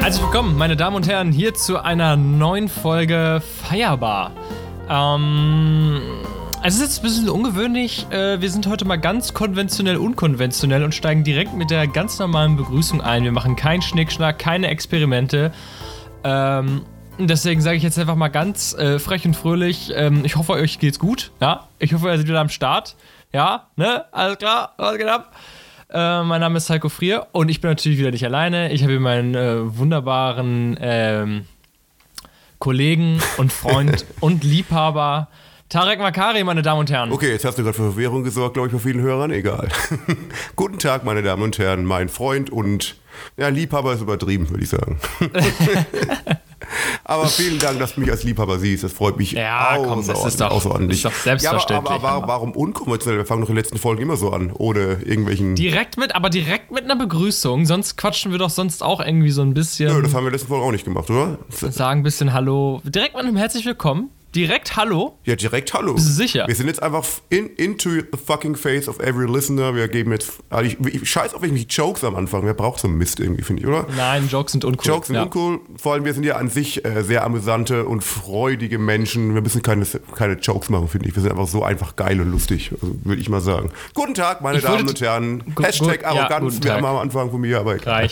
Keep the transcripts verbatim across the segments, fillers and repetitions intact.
Herzlich willkommen, meine Damen und Herren, hier zu einer neuen Folge Feierbar. Ähm, es ist jetzt ein bisschen ungewöhnlich. Äh, wir sind heute mal ganz konventionell unkonventionell und steigen direkt mit der ganz normalen Begrüßung ein. Wir machen keinen Schnickschnack, keine Experimente. Ähm, deswegen sage ich jetzt einfach mal ganz äh, frech und fröhlich, ähm, ich hoffe, euch geht's gut. Ja, ich hoffe, ihr seid wieder am Start. Ja, ne? Alles klar, was geht ab? Äh, mein Name ist Heiko Frier und ich bin natürlich wieder nicht alleine. Ich habe hier meinen äh, wunderbaren ähm, Kollegen und Freund und Liebhaber Tarek Makari, meine Damen und Herren. Okay, jetzt hast du gerade für Verwirrung gesorgt, glaube ich, bei vielen Hörern. Egal. Guten Tag, meine Damen und Herren, mein Freund und ja, Liebhaber ist übertrieben, würde ich sagen. Aber vielen Dank, dass du mich als Liebhaber siehst. Das freut mich ja, komm, das ist doch, außerordentlich. Ist doch selbstverständlich. Ja, aber, aber warum unkonventionell? Wir fangen doch in den letzten Folgen immer so an, ohne irgendwelchen... Direkt mit, aber direkt mit einer Begrüßung. Sonst quatschen wir doch sonst auch irgendwie so ein bisschen... Nö, das haben wir in der letzten Folge auch nicht gemacht, oder? Sagen ein bisschen Hallo. Direkt mit einem herzlich willkommen. Direkt Hallo? Ja, direkt Hallo. Bist du sicher? Wir sind jetzt einfach in, into the fucking face of every listener. Wir geben jetzt... Also ich, ich scheiß auf irgendwelche Jokes am Anfang. Wer braucht so einen Mist irgendwie, finde ich, oder? Nein, Jokes sind uncool. Jokes sind ja. uncool. Vor allem, wir sind ja an sich äh, sehr amüsante und freudige Menschen. Wir müssen keine, keine Jokes machen, finde ich. Wir sind einfach so einfach geil und lustig, also, würde ich mal sagen. Guten Tag, meine ich Damen und Herren. Gu- Hashtag gu- Arroganz. Ja, wir haben am Anfang von mir, aber egal.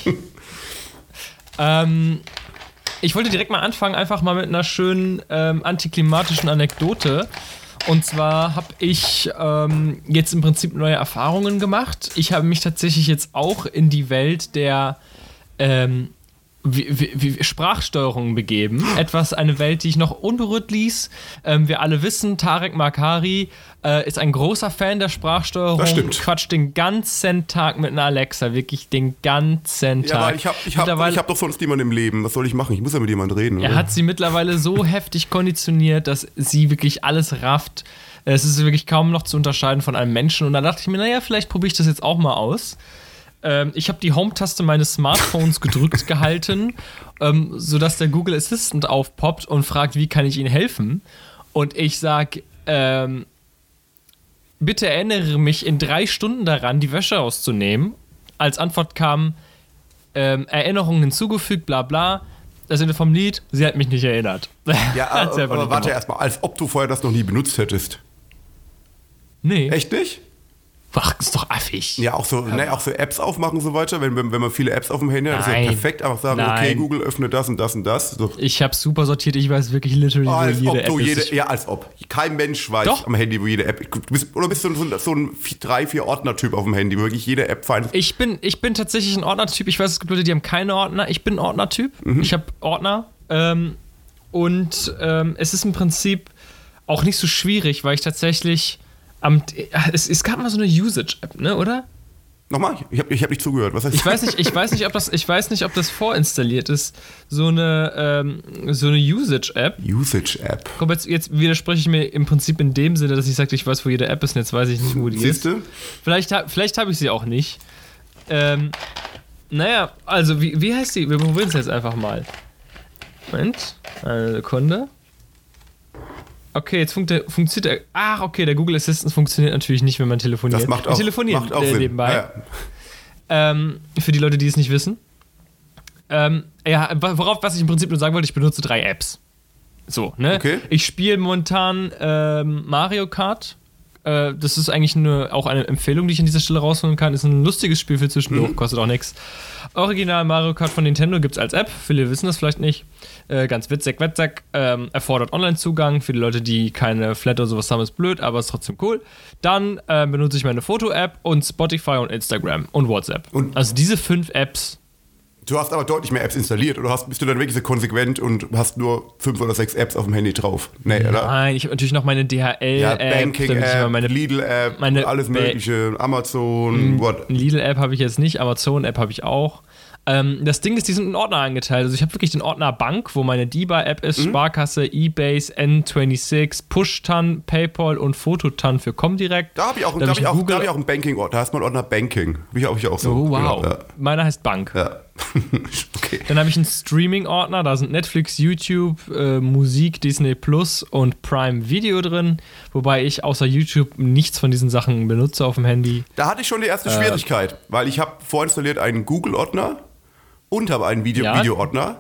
ähm... Ich wollte direkt mal anfangen, einfach mal mit einer schönen ähm, antiklimatischen Anekdote. Und zwar habe ich ähm, jetzt im Prinzip neue Erfahrungen gemacht. Ich habe mich tatsächlich jetzt auch in die Welt der ähm, wie, wie, wie Sprachsteuerung begeben. Etwas, eine Welt, die ich noch unberührt ließ. Ähm, wir alle wissen, Tarek Makari äh, ist ein großer Fan der Sprachsteuerung. Das stimmt. Quatscht den ganzen Tag mit einer Alexa, wirklich den ganzen Tag. Ja, aber ich habe ich hab, ich hab doch sonst niemanden im Leben. Was soll ich machen? Ich muss ja mit jemandem reden. Er oder? hat sie mittlerweile so heftig konditioniert, dass sie wirklich alles rafft. Es ist wirklich kaum noch zu unterscheiden von einem Menschen. Und da dachte ich mir, naja, vielleicht probiere ich das jetzt auch mal aus. Ähm, ich habe die Home-Taste meines Smartphones gedrückt gehalten, ähm, sodass der Google Assistant aufpoppt und fragt, wie kann ich Ihnen helfen? Und ich sage, ähm, bitte erinnere mich in drei Stunden daran, die Wäsche rauszunehmen. Als Antwort kam, ähm, Erinnerungen hinzugefügt, bla bla. Das Ende vom Lied, sie hat mich nicht erinnert. Ja, aber, aber warte erstmal, als ob du vorher das noch nie benutzt hättest. Nee. Echt nicht? Ach, ist doch affig. Ja, auch so, ne, auch so Apps aufmachen und so weiter. Wenn, wenn, wenn man viele Apps auf dem Handy hat, ist ja perfekt. Einfach sagen, Nein. okay, Google, öffne das und das und das. So. Ich habe super sortiert, ich weiß wirklich literally, oh, als wo jede ob App du ist. Jede, ja, als ob. Kein Mensch weiß Doch. am Handy, wo jede App... Du bist, oder bist du so, so ein drei, vier Ordner-Typ auf dem Handy, wo wirklich jede App fein ist? Ich bin, ich bin tatsächlich ein Ordner-Typ. Ich weiß, es gibt Leute, die haben keine Ordner. Ich bin ein Ordner-Typ. Mhm. Ich habe Ordner. Ähm, und ähm, es ist im Prinzip auch nicht so schwierig, weil ich tatsächlich... Am, es, es gab mal so eine Usage-App, ne, oder? Nochmal? Ich habe ich hab nicht zugehört. Was heißt ich weiß nicht, ich weiß nicht, ob das, ich weiß nicht, ob das vorinstalliert ist. So eine, ähm, so eine Usage-App. Usage-App. Komm, jetzt, jetzt widerspreche ich mir im Prinzip in dem Sinne, dass ich sagte, ich weiß, wo jede App ist und jetzt weiß ich nicht, wo die Siehste? ist. Vielleicht, vielleicht habe ich sie auch nicht. Ähm, naja, also, wie, wie heißt die? Wir probieren es jetzt einfach mal. Moment, eine Sekunde. Okay, jetzt funkt funktioniert der. Ach, okay, der Google Assistant funktioniert natürlich nicht, wenn man telefoniert. Das macht auch, Wir telefonieren macht auch äh, Sinn. nebenbei. Ja, ja. Ähm, für die Leute, die es nicht wissen. Ähm, ja, worauf, was ich im Prinzip nur sagen wollte, ich benutze drei Apps. So, ne? Okay. Ich spiele momentan ähm, Mario Kart. Äh, das ist eigentlich eine, auch eine Empfehlung, die ich an dieser Stelle rausholen kann. Ist ein lustiges Spiel für zwischendurch, mhm. kostet auch nichts. Original Mario Kart von Nintendo gibt es als App. Viele wissen das vielleicht nicht. Äh, ganz witzig, witzig. Ähm, erfordert Online-Zugang. Für die Leute, die keine Flat oder sowas haben, ist blöd, aber ist trotzdem cool. Dann äh, benutze ich meine Foto-App und Spotify und Instagram und WhatsApp. Und also diese fünf Apps. Du hast aber deutlich mehr Apps installiert oder hast, bist du dann wirklich so konsequent und hast nur fünf oder sechs Apps auf dem Handy drauf? Nee, oder? Nein, ich habe natürlich noch meine D H L-App. Ja, Banking-App, meine Lidl-App, meine alles ba- mögliche, Amazon, what? Lidl-App habe ich jetzt nicht, Amazon-App habe ich auch. Ähm, das Ding ist, die sind in Ordner eingeteilt. Also ich habe wirklich den Ordner Bank, wo meine D B A-App ist, mhm. Sparkasse, eBase, N sechsundzwanzig, Pushtan, PayPal und Fototan für Comdirect. Da habe ich auch, da hab ich auch, da hab ich auch einen Banking-Ordner. Da heißt mein Ordner Banking. Habe ich auch, ich auch so. Oh, wow. Genau, ja. Meiner heißt Bank. Ja. Okay. Dann habe ich einen Streaming-Ordner, da sind Netflix, YouTube, äh, Musik, Disney Plus und Prime Video drin, wobei ich außer YouTube nichts von diesen Sachen benutze auf dem Handy. Da hatte ich schon die erste äh, Schwierigkeit, weil ich habe vorinstalliert einen Google-Ordner und habe einen Video- Ja. Videoordner.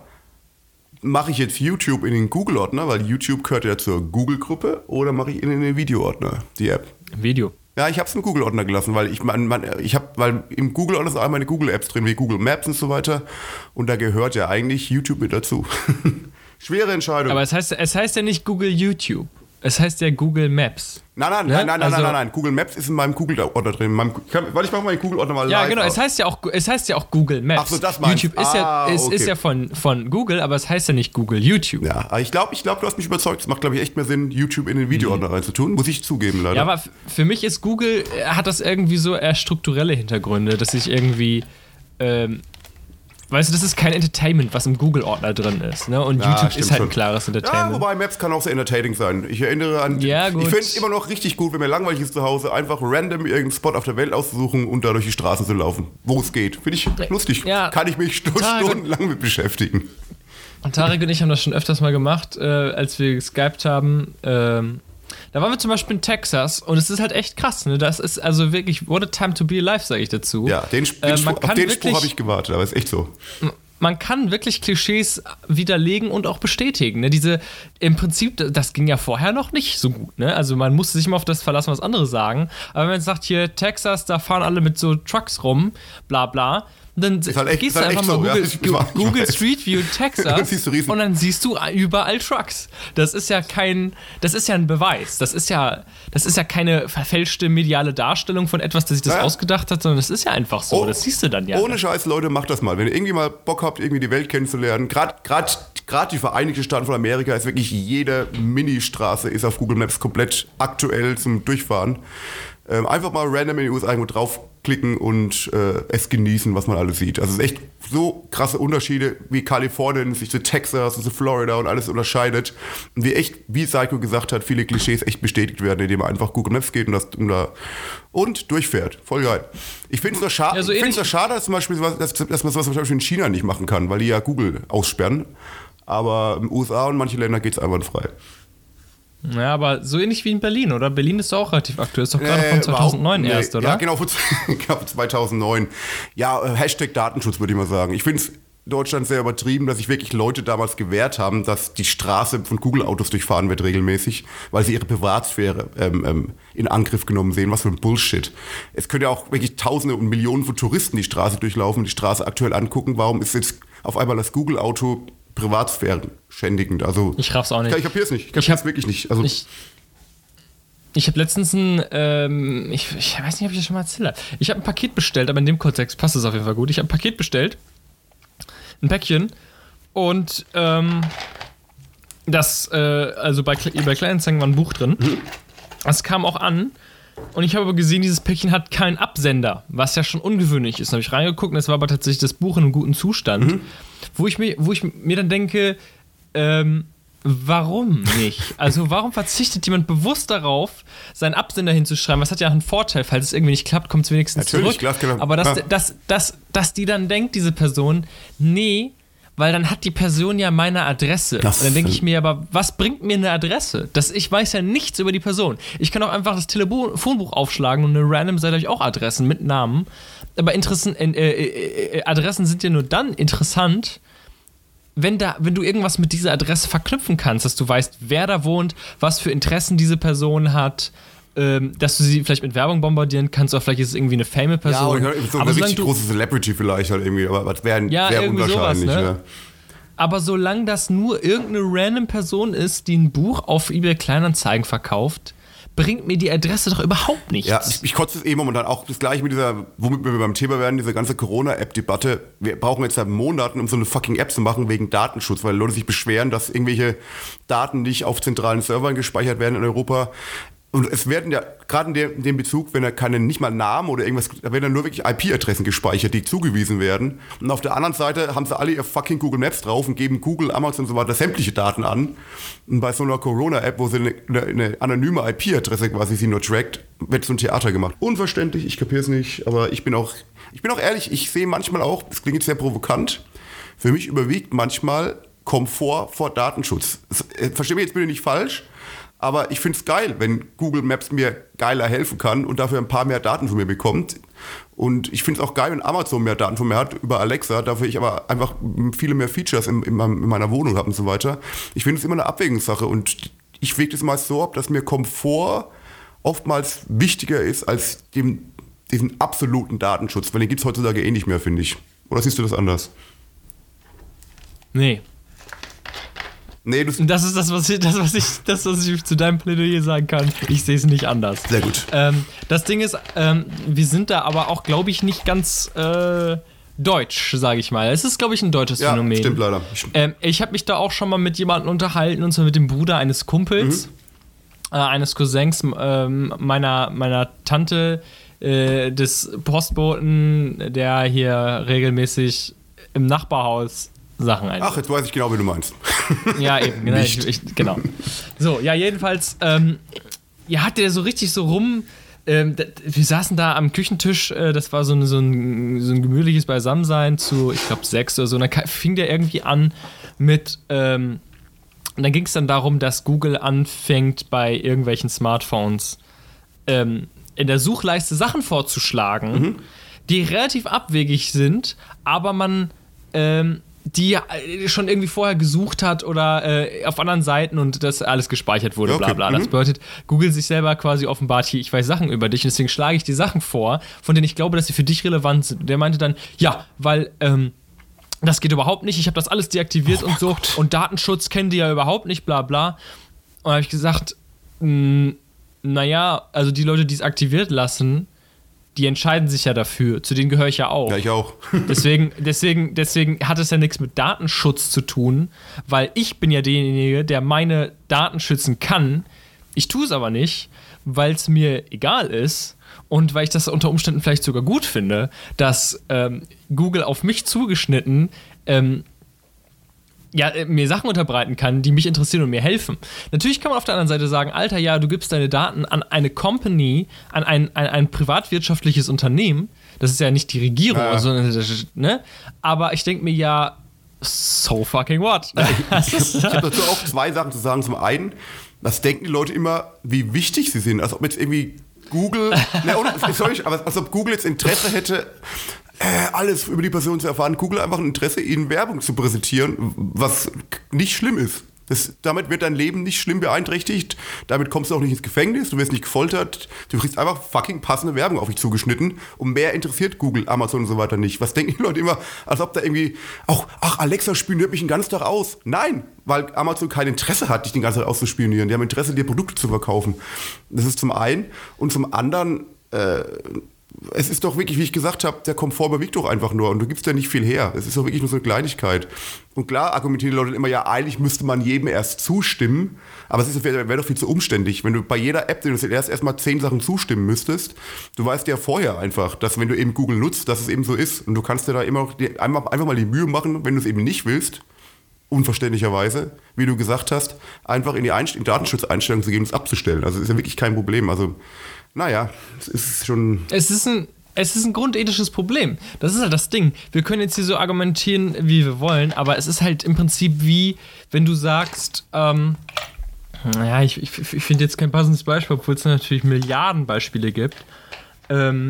Mache ich jetzt YouTube in den Google-Ordner, weil YouTube gehört ja zur Google-Gruppe, oder mache ich ihn in den Video-Ordner, die App? Video. Ja, ich habe es im Google-Ordner gelassen, weil ich mein, mein, ich habe, weil im Google-Ordner sind all meine Google-Apps drin, wie Google Maps und so weiter. Und da gehört ja eigentlich YouTube mit dazu. Schwere Entscheidung. Aber es heißt, es heißt ja nicht Google YouTube. Es heißt ja Google Maps. Nein, nein, Ne? nein, nein, Also- nein, nein, nein. Google Maps ist in meinem Google-Ordner drin. In meinem, ich kann, warte, ich mache mal den Google-Ordner mal Ja, live genau. auf. Es heißt ja auch, es heißt ja auch Google Maps. Ach so, das meinst du. YouTube ist ja, Ah, ist, okay. ist ja von, von Google, aber es heißt ja nicht Google YouTube. Ja, aber ich glaube, ich glaub, du hast mich überzeugt. Es macht, glaube ich, echt mehr Sinn, YouTube in den Videoordner reinzutun. Muss ich zugeben, leider. Ja, aber f- für mich ist Google, äh, hat das irgendwie so eher strukturelle Hintergründe, dass ich irgendwie, ähm, weißt du, das ist kein Entertainment, was im Google-Ordner drin ist, ne? Und Ja, YouTube stimmt ist halt schon. ein klares Ja, Entertainment. wobei Maps kann auch sehr entertaining sein. Ich erinnere an. Ja, gut. Ich finde es immer noch richtig gut, wenn mir langweilig ist zu Hause, einfach random irgendeinen Spot auf der Welt auszusuchen und da durch die Straßen zu laufen, wo es geht. Finde ich lustig. Ja. Kann ich mich stu- Total gut. stundenlang mit beschäftigen. Und Tarek und ich haben das schon öfters mal gemacht, äh, als wir geskypt haben. Ähm, da waren wir zum Beispiel in Texas und es ist halt echt krass, ne? Das ist also wirklich, what a time to be alive, sage ich dazu. Ja, den, Sp- den Äh, Spruch, man auf kann den wirklich- Spruch habe ich gewartet, aber ist echt so. Man kann wirklich Klischees widerlegen und auch bestätigen. Ne? Diese, im Prinzip, das ging ja vorher noch nicht so gut. Ne? Also man musste sich immer auf das verlassen, was andere sagen. Aber wenn man sagt, hier Texas, da fahren alle mit so Trucks rum, bla bla, dann halt echt- gehst ist du halt einfach echt mal so, ja. Google, Ich- ich weiß, ich Google weiß. Street View Texas Dann siehst du riesen- und dann siehst du überall Trucks. Das ist ja kein, das ist ja ein Beweis. Das ist ja, das ist ja keine verfälschte mediale Darstellung von etwas, das sich das Ja, ja. ausgedacht hat, sondern das ist ja einfach so. Oh, das siehst du dann ja. Ohne Scheiß, Leute, macht das mal. Wenn ihr irgendwie mal Bock habt, irgendwie die Welt kennenzulernen, gerade die Vereinigten Staaten von Amerika ist wirklich jede Ministraße ist auf Google Maps komplett aktuell zum Durchfahren. Ähm, einfach mal random in die U S A irgendwo draufklicken und äh, es genießen, was man alles sieht. Also es ist echt so krasse Unterschiede, wie Kalifornien sich zu Texas und zu Florida und alles unterscheidet. Und wie echt, wie Psycho gesagt hat, viele Klischees echt bestätigt werden, indem man einfach Google Maps geht und, das, und, da, und durchfährt. Voll geil. Ich finde es nur, scha Ja, so ich find's ähnlich- nur schade, dass, zum Beispiel, sowas- dass, dass man sowas zum Beispiel in China nicht machen kann, weil die ja Google aussperren. Aber im U S A und manche Länder geht es einwandfrei. Ja, aber so ähnlich wie in Berlin, oder? Berlin ist doch auch relativ aktuell. Ist doch gerade Äh, von zweitausendneun überhaupt- erst, nee, oder? Ja, genau, von genau, zweitausendneun. Ja, äh, Hashtag Datenschutz würde ich mal sagen. Ich finde es in Deutschland sehr übertrieben, dass sich wirklich Leute damals gewehrt haben, dass die Straße von Google-Autos durchfahren wird regelmäßig, weil sie ihre Privatsphäre ähm, ähm, in Angriff genommen sehen. Was für ein Bullshit. Es können ja auch wirklich Tausende und Millionen von Touristen die Straße durchlaufen, die Straße aktuell angucken. Warum ist jetzt auf einmal das Google-Auto Privatsphäre schändigend? Also, Ich raff's auch nicht. Ich kapier's nicht. Ich Ich kapier's hab- wirklich nicht. Also, Ich, ich habe letztens ein, ähm, ich, ich weiß nicht, ob ich das schon mal erzählt habe. Ich habe ein Paket bestellt, aber in dem Kontext passt es auf jeden Fall gut. Ich habe ein Paket bestellt, ein Päckchen, und ähm, das, äh, also bei, Kle- bei Kleinanzeigen war ein Buch drin. Das kam auch an. Und ich habe aber gesehen, dieses Päckchen hat keinen Absender, was ja schon ungewöhnlich ist. Dann habe ich reingeguckt und es war aber tatsächlich das Buch in einem guten Zustand. Mhm. Wo, ich mir, wo ich mir dann denke, ähm, warum nicht? Also warum verzichtet jemand bewusst darauf, seinen Absender hinzuschreiben? Was hat ja auch einen Vorteil, falls es irgendwie nicht klappt, kommt es wenigstens Natürlich, zurück. klar, klar. Aber dass, Ja. dass, dass, dass die dann denkt, diese Person, nee, weil dann hat die Person ja meine Adresse. Das- Und dann denke ich mir, aber was bringt mir eine Adresse? Das, ich weiß ja nichts über die Person. Ich kann auch einfach das Telefonbuch aufschlagen und eine random Seite euch auch Adressen mit Namen. Aber Interessen, äh, äh, äh, Adressen sind ja nur dann interessant, wenn, da, wenn du irgendwas mit dieser Adresse verknüpfen kannst, dass du weißt, wer da wohnt, was für Interessen diese Person hat, ähm, dass du sie vielleicht mit Werbung bombardieren kannst, oder vielleicht ist es irgendwie eine fame ja, Person. oder so eine aber solange richtig du, große Celebrity vielleicht halt irgendwie, aber das wäre Ja, wär irgendwie sowas, unwahrscheinlich. ne? Ja. aber solange das nur irgendeine random Person ist, die ein Buch auf eBay Kleinanzeigen verkauft, bringt mir die Adresse doch überhaupt nichts. Ja, ich, ich kotze es eh momentan auch das gleiche mit dieser, womit wir beim Thema werden, diese ganze Corona-App-Debatte. Wir brauchen jetzt seit Monaten, um so eine fucking App zu machen, wegen Datenschutz, weil Leute sich beschweren, dass irgendwelche Daten nicht auf zentralen Servern gespeichert werden in Europa. Und es werden ja, gerade in, dem- in dem Bezug, wenn er keine, nicht mal Namen oder irgendwas, da werden dann nur wirklich I P-Adressen gespeichert, die zugewiesen werden. Und auf der anderen Seite haben sie alle ihr fucking Google Maps drauf und geben Google, Amazon und so weiter sämtliche Daten an. Und bei so einer Corona-App, wo sie eine, eine, eine anonyme I P-Adresse quasi sie nur trackt, wird so ein Theater gemacht. Unverständlich, ich kapier's nicht, aber ich bin auch, ich bin auch ehrlich, ich sehe manchmal auch, das klingt jetzt sehr provokant, für mich überwiegt manchmal Komfort vor Datenschutz. Das, äh, versteh mich jetzt bitte nicht falsch, Aber ich finde es geil, wenn Google Maps mir geiler helfen kann und dafür ein paar mehr Daten von mir bekommt. Und ich finde es auch geil, wenn Amazon mehr Daten von mir hat über Alexa, dafür ich aber einfach viele mehr Features in, in, in meiner Wohnung habe und so weiter. Ich finde es immer eine Abwägungssache und ich wege das meist so ab, dass mir Komfort oftmals wichtiger ist als dem, diesen absoluten Datenschutz, weil den gibt es heutzutage eh nicht mehr, finde ich. Oder siehst du das anders? Nee. Nee, das ist das was, ich, das, was ich, das, was ich zu deinem Plädoyer sagen kann. Ich sehe es nicht anders. Sehr gut. Ähm, das Ding ist, ähm, wir sind da aber auch, glaube ich, nicht ganz äh, deutsch, sage ich mal. Es ist, glaube ich, ein deutsches ja, Phänomen. Stimmt leider. Ähm, ich habe mich da auch schon mal mit jemandem unterhalten, und zwar mit dem Bruder eines Kumpels, mhm. äh, eines Cousins äh, meiner, meiner Tante, äh, des Postboten, der hier regelmäßig im Nachbarhaus Sachen ein. Ach, jetzt weiß ich genau, wie du meinst. Ja, eben, genau. Ich, ich, genau. So, ja, jedenfalls, ähm, ja, hat der so richtig so rum, ähm, wir saßen da am Küchentisch, äh, das war so ein, so, ein, so ein gemütliches Beisammensein zu, ich glaube, sechs oder so, und dann fing der irgendwie an mit, ähm, und dann ging es dann darum, dass Google anfängt, bei irgendwelchen Smartphones ähm, in der Suchleiste Sachen vorzuschlagen, mhm. die relativ abwegig sind, aber man ähm, die schon irgendwie vorher gesucht hat oder äh, auf anderen Seiten und das alles gespeichert wurde, okay. bla bla. Das mhm. bedeutet, Google sich selber quasi offenbart, hier, ich weiß Sachen über dich und deswegen schlage ich dir Sachen vor, von denen ich glaube, dass sie für dich relevant sind. Der meinte dann, ja, weil ähm, das geht überhaupt nicht, ich habe das alles deaktiviert oh und so Gott. Und Datenschutz kennen die ja überhaupt nicht, bla bla. Und da habe ich gesagt, naja, also die Leute, die es aktiviert lassen, die entscheiden sich ja dafür. Zu denen gehöre ich ja auch. Ja, ich auch. deswegen, deswegen, deswegen hat es ja nichts mit Datenschutz zu tun, weil ich bin ja derjenige, der meine Daten schützen kann. Ich tue es aber nicht, weil es mir egal ist und weil ich das unter Umständen vielleicht sogar gut finde, dass ähm, Google auf mich zugeschnitten ähm, ja, mir Sachen unterbreiten kann, die mich interessieren und mir helfen. Natürlich kann man auf der anderen Seite sagen, Alter, ja, du gibst deine Daten an eine Company, an ein, ein, ein privatwirtschaftliches Unternehmen. Das ist ja nicht die Regierung, ja. sondern, ne? Aber ich denke mir ja, so fucking what? Ja, ich ich habe hab dazu auch zwei Sachen zu sagen. Zum einen, das denken die Leute immer, wie wichtig sie sind. Als ob jetzt irgendwie Google, ne, oder, sorry, aber als ob Google jetzt Interesse hätte, Äh, alles über die Person zu erfahren. Google einfach ein Interesse, ihnen Werbung zu präsentieren, was nicht schlimm ist. Das, damit wird dein Leben nicht schlimm beeinträchtigt. Damit kommst du auch nicht ins Gefängnis, du wirst nicht gefoltert. Du kriegst einfach fucking passende Werbung auf dich zugeschnitten. Und mehr interessiert Google, Amazon und so weiter nicht. Was denken die Leute immer, als ob da irgendwie auch, ach, Alexa spioniert mich den ganzen Tag aus. Nein, weil Amazon kein Interesse hat, dich den ganzen Tag auszuspionieren. Die haben Interesse, dir Produkte zu verkaufen. Das ist zum einen. Und zum anderen, äh, es ist doch wirklich, wie ich gesagt habe, der Komfort überwiegt doch einfach nur und du gibst ja nicht viel her. Es ist doch wirklich nur so eine Kleinigkeit. Und klar argumentieren die Leute immer, ja, eigentlich müsste man jedem erst zustimmen, aber es wäre wär doch viel zu umständlich. Wenn du bei jeder App, den du erst erstmal zehn Sachen zustimmen müsstest, du weißt ja vorher einfach, dass wenn du eben Google nutzt, dass es eben so ist und du kannst dir da immer die, einfach, einfach mal die Mühe machen, wenn du es eben nicht willst, unverständlicherweise, wie du gesagt hast, einfach in die Einst- in Datenschutzeinstellungen zu gehen und es abzustellen. Also ist ja wirklich kein Problem. Also naja, es ist schon... Es ist ein, es ist ein grundethisches Problem. Das ist halt das Ding. Wir können jetzt hier so argumentieren, wie wir wollen, aber es ist halt im Prinzip wie, wenn du sagst, ähm, naja, ich, ich, ich finde jetzt kein passendes Beispiel, obwohl es natürlich Milliarden Beispiele gibt. Ähm,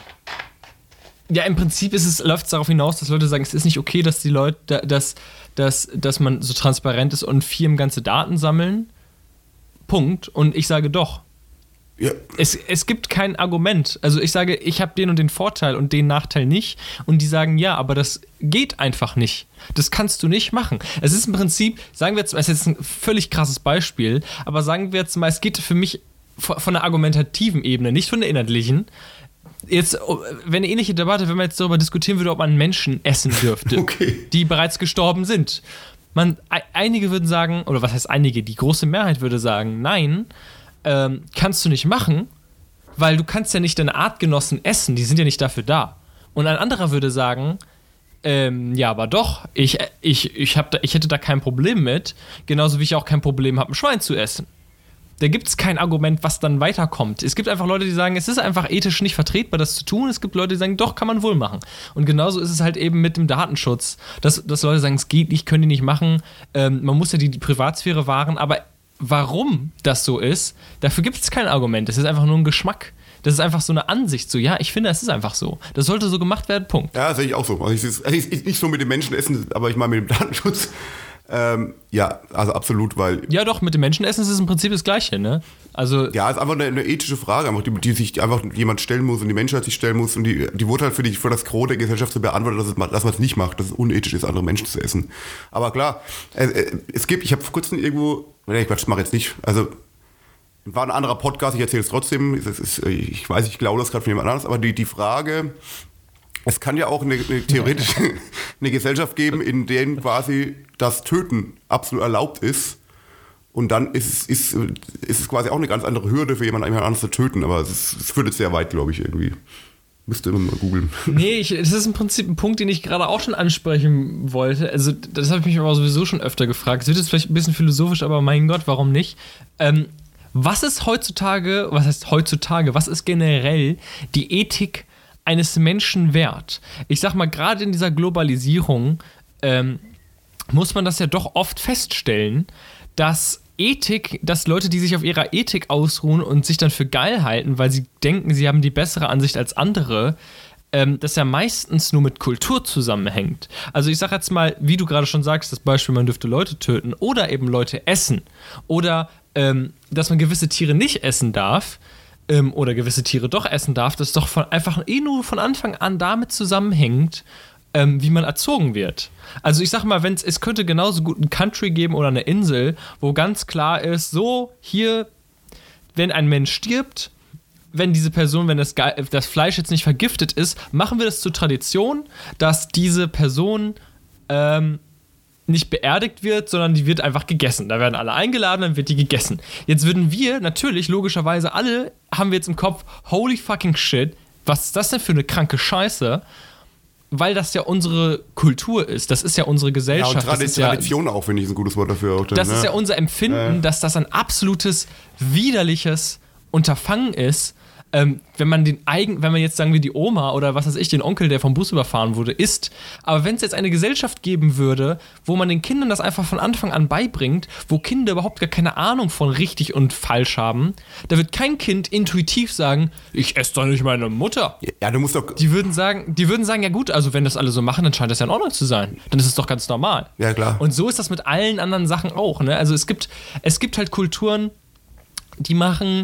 ja, im Prinzip ist es, läuft es darauf hinaus, dass Leute sagen, es ist nicht okay, dass die Leute, dass, dass, dass man so transparent ist und Firmen ganze Daten sammeln. Punkt. Und ich sage doch. Ja. Es, es gibt kein Argument. Also ich sage, ich habe den und den Vorteil und den Nachteil nicht. Und die sagen, ja, aber das geht einfach nicht. Das kannst du nicht machen. Es ist im Prinzip, sagen wir jetzt, es ist jetzt ein völlig krasses Beispiel, aber sagen wir jetzt mal, es geht für mich von der argumentativen Ebene, nicht von der inhaltlichen. Jetzt, wenn eine ähnliche Debatte, wenn man jetzt darüber diskutieren würde, ob man Menschen essen dürfte, okay. die bereits gestorben sind. Man, einige würden sagen, oder was heißt einige, die große Mehrheit würde sagen, nein, Ähm, kannst du nicht machen, weil du kannst ja nicht deine Artgenossen essen, die sind ja nicht dafür da. Und ein anderer würde sagen, ähm, ja, aber doch, ich, ich, ich, hab da, ich hätte da kein Problem mit, genauso wie ich auch kein Problem habe, ein Schwein zu essen. Da gibt es kein Argument, was dann weiterkommt. Es gibt einfach Leute, die sagen, es ist einfach ethisch nicht vertretbar, das zu tun. Es gibt Leute, die sagen, doch, kann man wohl machen. Und genauso ist es halt eben mit dem Datenschutz, dass, dass Leute sagen, es geht nicht, können die nicht machen. Ähm, man muss ja die, die Privatsphäre wahren, aber warum das so ist, dafür gibt es kein Argument. Das ist einfach nur ein Geschmack. Das ist einfach so eine Ansicht. So, ja, ich finde, es ist einfach so. Das sollte so gemacht werden, Punkt. Ja, das sehe ich auch so. Also ich, also ich, nicht so mit dem Menschenessen, aber ich meine mit dem Datenschutz. Ähm, ja, also absolut, weil... Ja doch, mit dem Menschenessen ist es im Prinzip das Gleiche, ne? Also... Ja, es ist einfach eine, eine ethische Frage, einfach, die, die sich einfach jemand stellen muss und die Menschheit sich stellen muss und die, die wurde halt für, die, für das Gros der Gesellschaft so beantwortet, dass, es, dass man es nicht macht, dass es unethisch ist, andere Menschen zu essen. Aber klar, äh, äh, es gibt, ich habe vor kurzem irgendwo... Nee, Quatsch, das mache ich jetzt nicht. Also... War ein anderer Podcast, ich erzähle es trotzdem. Es ist, ich weiß, ich glaube das gerade von jemand anderes, aber die, die Frage, es kann ja auch eine, eine theoretisch eine Gesellschaft geben, in der quasi das Töten absolut erlaubt ist. Und dann ist, ist, ist es quasi auch eine ganz andere Hürde für jemanden anderes zu töten. Aber es, ist, es führt jetzt sehr weit, glaube ich, irgendwie. Müsste immer mal googeln. Nee, ich, das ist im Prinzip ein Punkt, den ich gerade auch schon ansprechen wollte. Also, das habe ich mich aber sowieso schon öfter gefragt. Es wird jetzt vielleicht ein bisschen philosophisch, aber mein Gott, warum nicht? Ähm, Was ist heutzutage, was heißt heutzutage, was ist generell die Ethik eines Menschen wert? Ich sag mal, gerade in dieser Globalisierung ähm, muss man das ja doch oft feststellen, dass Ethik, dass Leute, die sich auf ihrer Ethik ausruhen und sich dann für geil halten, weil sie denken, sie haben die bessere Ansicht als andere, ähm, das ja meistens nur mit Kultur zusammenhängt. Also ich sag jetzt mal, wie du gerade schon sagst, das Beispiel, man dürfte Leute töten oder eben Leute essen oder Ähm, dass man gewisse Tiere nicht essen darf ähm, oder gewisse Tiere doch essen darf, das ist doch von, einfach eh nur von Anfang an damit zusammenhängt, ähm, wie man erzogen wird. Also ich sag mal, wenn's, es könnte genauso gut ein Country geben oder eine Insel, wo ganz klar ist, so hier, wenn ein Mensch stirbt, wenn diese Person, wenn das, Ge- das Fleisch jetzt nicht vergiftet ist, machen wir das zur Tradition, dass diese Person ähm, nicht beerdigt wird, sondern die wird einfach gegessen. Da werden alle eingeladen, dann wird die gegessen. Jetzt würden wir natürlich, logischerweise alle, haben wir jetzt im Kopf, holy fucking shit, was ist das denn für eine kranke Scheiße? Weil das ja unsere Kultur ist, das ist ja unsere Gesellschaft. Ja, und Tradi- das ist Tradition ja, auch, finde ich, ist ein gutes Wort dafür. Auch dann, das ne? ist ja unser Empfinden, äh. dass das ein absolutes, widerliches Unterfangen ist, Ähm, wenn man den eigen, wenn man jetzt sagen wir die Oma oder was weiß ich, den Onkel, der vom Bus überfahren wurde, isst. Aber wenn es jetzt eine Gesellschaft geben würde, wo man den Kindern das einfach von Anfang an beibringt, wo Kinder überhaupt gar keine Ahnung von richtig und falsch haben, da wird kein Kind intuitiv sagen, ich esse doch nicht meine Mutter. Ja, du musst doch... Die würden sagen, die würden sagen, ja gut, also wenn das alle so machen, dann scheint das ja in Ordnung zu sein. Dann ist es doch ganz normal. Ja, klar. Und so ist das mit allen anderen Sachen auch. Ne? Also es gibt, es gibt halt Kulturen, die machen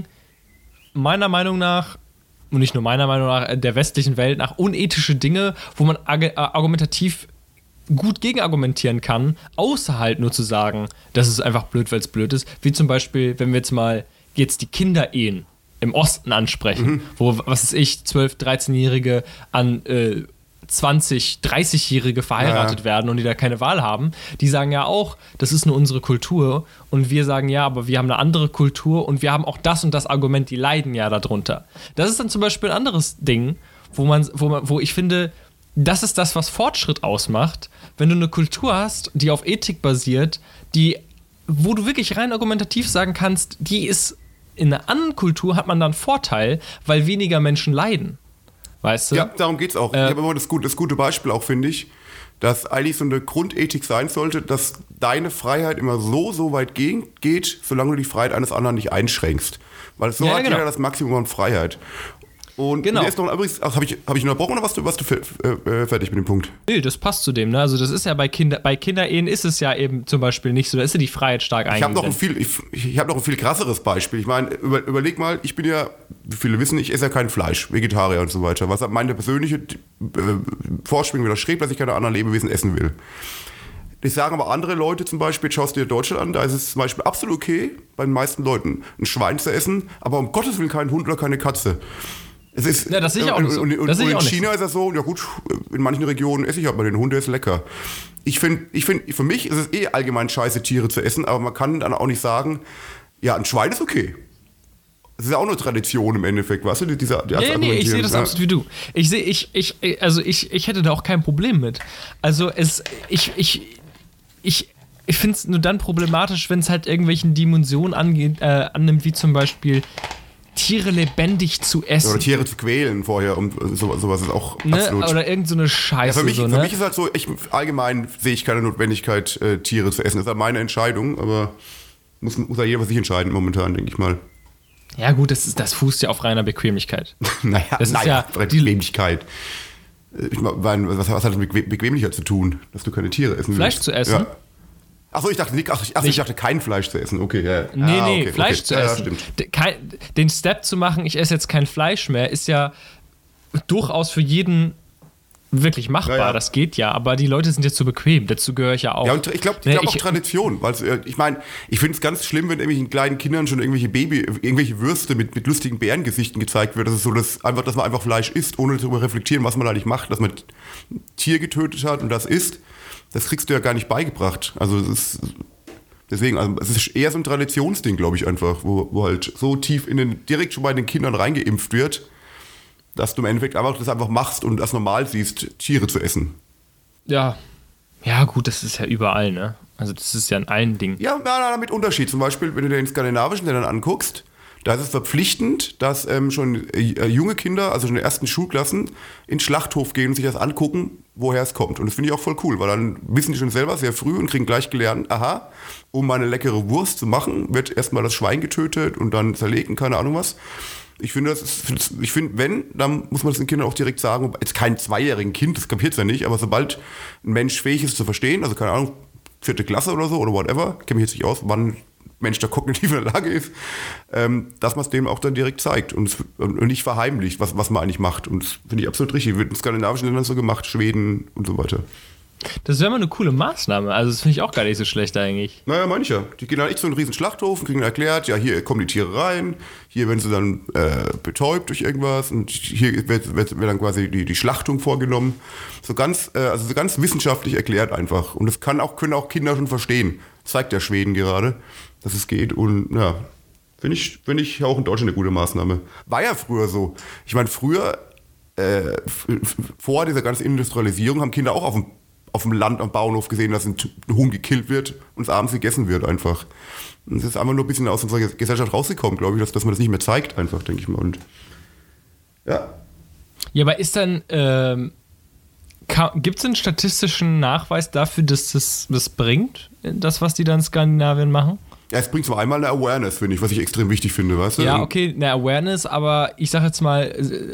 meiner Meinung nach, und nicht nur meiner Meinung nach, der westlichen Welt nach, unethische Dinge, wo man ag- argumentativ gut gegenargumentieren kann, außer halt nur zu sagen, das ist einfach blöd, weil es blöd ist. Wie zum Beispiel, wenn wir jetzt mal jetzt die Kinderehen im Osten ansprechen, mhm. wo, was weiß ich, zwölf-, dreizehnjährige an äh, zwanzig-, dreißigjährige verheiratet ja. werden und die da keine Wahl haben, die sagen ja auch, das ist nur unsere Kultur und wir sagen ja, aber wir haben eine andere Kultur und wir haben auch das und das Argument, die leiden ja darunter. Das ist dann zum Beispiel ein anderes Ding, wo man, wo man, wo ich finde, das ist das, was Fortschritt ausmacht, wenn du eine Kultur hast, die auf Ethik basiert, die, wo du wirklich rein argumentativ sagen kannst, die ist, in einer anderen Kultur hat man dann Vorteil, weil weniger Menschen leiden. Weißt du? Ja, darum geht's auch. Äh, ich habe immer das gute, das gute Beispiel auch, finde ich, dass eigentlich so eine Grundethik sein sollte, dass deine Freiheit immer so, so weit gehen, geht, solange du die Freiheit eines anderen nicht einschränkst. Weil so ja, hat genau. jeder das Maximum an Freiheit. Und genau. mir ist noch übrigens, also habe ich, hab ich unterbrochen oder warst du, warst du äh, fertig mit dem Punkt? Nee, das passt zu dem. Ne? Also das ist ja bei Kinder, bei Kinderehen ist es ja eben zum Beispiel nicht so, da ist ja die Freiheit stark eingeschränkt. Ich habe noch, ein viel, ich, ich hab noch ein viel krasseres Beispiel. Ich meine, über, überleg mal, ich bin ja, wie viele wissen, ich esse ja kein Fleisch, Vegetarier und so weiter. Was meine persönliche äh, Vorstellung widerstrebt, dass ich keine anderen Lebewesen essen will. Ich sage aber andere Leute zum Beispiel, schaust du dir Deutschland an, da ist es zum Beispiel absolut okay, bei den meisten Leuten ein Schwein zu essen, aber um Gottes Willen keinen Hund oder keine Katze. Es ist, ja, das sehe ich auch nicht so. Und, und, das und in auch China nicht. Ist das so, ja gut, in manchen Regionen esse ich halt mal den Hund, der ist lecker. Ich finde, ich find, für mich ist es eh allgemein scheiße, Tiere zu essen, aber man kann dann auch nicht sagen, ja, ein Schwein ist okay. Das ist ja auch nur Tradition im Endeffekt, weißt du? Diese, die nee, nee, ich sehe das ja. absolut wie du. Ich sehe, ich, ich, also ich, ich hätte da auch kein Problem mit. Also es, ich, ich, ich, ich finde es nur dann problematisch, wenn es halt irgendwelchen Dimensionen angeht, äh, annimmt, wie zum Beispiel Tiere lebendig zu essen. Oder Tiere zu quälen vorher und so, sowas ist auch ne? absolut... Oder irgend so eine Scheiße. Ja, für mich, so, für ne? mich ist halt so, ich, allgemein sehe ich keine Notwendigkeit, äh, Tiere zu essen. Das ist halt meine Entscheidung, aber muss, muss ja jeder für sich entscheiden momentan, denke ich mal. Ja gut, das, ist, das fußt ja auf reiner Bequemlichkeit. naja, das naja, ist ja die Bequemlichkeit. Ich meine, was, was hat das mit Bequemlichkeit zu tun, dass du keine Tiere essen willst? Fleisch zu essen? Ja. Achso, ich dachte nicht, ach, ich, ach, ich dachte kein Fleisch zu essen. Okay, ja. Nee, ah, nee, okay, Fleisch okay. zu ja, essen. Ja, stimmt. D- kein, den Step zu machen, ich esse jetzt kein Fleisch mehr, ist ja durchaus für jeden wirklich machbar. Ja, ja. Das geht ja, aber die Leute sind jetzt zu bequem. Dazu gehöre ich ja auch. Ja, und ich glaube ich glaub auch Tradition. Weil, ich meine, ich finde es ganz schlimm, wenn irgendwelchen kleinen Kindern schon irgendwelche Baby, irgendwelche Würste mit, mit lustigen Bärengesichten gezeigt wird. Das ist so, dass, einfach, dass man einfach Fleisch isst, ohne darüber reflektieren, was man eigentlich macht, dass man ein Tier getötet hat und das isst. Das kriegst du ja gar nicht beigebracht. Also es ist deswegen, also es ist eher so ein Traditionsding, glaube ich, einfach, wo, wo halt so tief in den, direkt schon bei den Kindern reingeimpft wird, dass du im Endeffekt einfach das einfach machst und als normal siehst, Tiere zu essen. Ja. Ja, gut, das ist ja überall, ne? Also das ist ja in allen Dingen. Ja, na, na, mit Unterschied. Zum Beispiel, wenn du dir den skandinavischen Ländern anguckst, da ist es verpflichtend, dass ähm, schon äh, junge Kinder, also schon in den ersten Schulklassen, in den Schlachthof gehen und sich das angucken, woher es kommt. Und das finde ich auch voll cool, weil dann wissen die schon selber sehr früh und kriegen gleich gelernt, aha, um eine leckere Wurst zu machen, wird erstmal das Schwein getötet und dann zerlegt, keine Ahnung was. Ich finde, das ist, ich finde, wenn, dann muss man das den Kindern auch direkt sagen, jetzt kein zweijährigen Kind, das kapiert es ja nicht, aber sobald ein Mensch fähig ist zu verstehen, also keine Ahnung, vierte Klasse oder so oder whatever, kenne mich jetzt nicht aus, wann ein Mensch da kognitiv in der Lage ist, ähm, dass man es dem auch dann direkt zeigt und, es, und nicht verheimlicht, was, was man eigentlich macht. Und das finde ich absolut richtig. Wird in skandinavischen Ländern so gemacht, Schweden und so weiter. Das wäre mal eine coole Maßnahme. Also das finde ich auch gar nicht so schlecht eigentlich. Naja, meine ich ja. Die gehen dann echt so einen riesen Schlachthof und kriegen erklärt, ja, hier kommen die Tiere rein, hier werden sie dann äh, betäubt durch irgendwas und hier wird, wird, wird dann quasi die, die Schlachtung vorgenommen. So ganz, äh, also so ganz wissenschaftlich erklärt einfach. Und das kann auch, können auch Kinder schon verstehen. Das zeigt der Schweden gerade, dass es geht. Und ja, finde ich, find ich auch in Deutschland eine gute Maßnahme. War ja früher so. Ich meine, früher, äh, f- f- vor dieser ganzen Industrialisierung, haben Kinder auch auf dem auf dem Land am Bauernhof gesehen, dass ein Huhn gekillt wird und es abends gegessen wird einfach. Und es ist einfach nur ein bisschen aus unserer Gesellschaft rausgekommen, glaube ich, dass, dass man das nicht mehr zeigt einfach, denke ich mal. Und ja. Ja, aber ist dann, ähm, gibt es einen statistischen Nachweis dafür, dass das, das bringt, das, was die da in Skandinavien machen? Ja, es bringt zum einmal eine Awareness, finde ich, was ich extrem wichtig finde, weißt du? Ja, okay, eine Awareness, aber ich sage jetzt mal,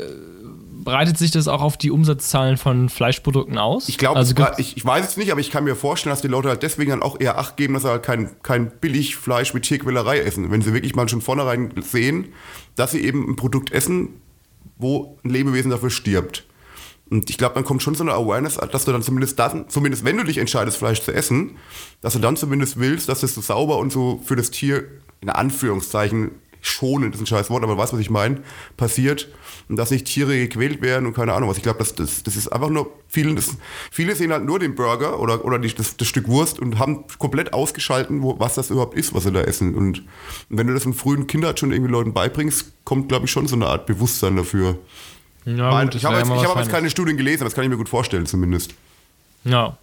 breitet sich das auch auf die Umsatzzahlen von Fleischprodukten aus? Ich glaube, also ich, ich weiß es nicht, aber ich kann mir vorstellen, dass die Leute halt deswegen dann auch eher Acht geben, dass sie halt kein, kein Billigfleisch mit Tierquälerei essen. Wenn sie wirklich mal schon vornherein sehen, dass sie eben ein Produkt essen, wo ein Lebewesen dafür stirbt. Und ich glaube, dann kommt schon so eine Awareness, dass du dann zumindest dann, zumindest wenn du dich entscheidest, Fleisch zu essen, dass du dann zumindest willst, dass das so sauber und so für das Tier, in Anführungszeichen, schonend ist ein scheiß Wort, aber du weißt, was ich meine, passiert und dass nicht Tiere gequält werden und keine Ahnung was. Ich glaube, das, das, das ist einfach nur, viele, das, viele sehen halt nur den Burger oder, oder die, das, das Stück Wurst und haben komplett ausgeschalten, wo, was das überhaupt ist, was sie da essen. Und wenn du das in frühen Kindern schon irgendwie Leuten beibringst, kommt, glaube ich, schon so eine Art Bewusstsein dafür. Ja, mein, gut, ich habe jetzt, ich hab jetzt keine Studien gelesen, aber das kann ich mir gut vorstellen zumindest. Ja.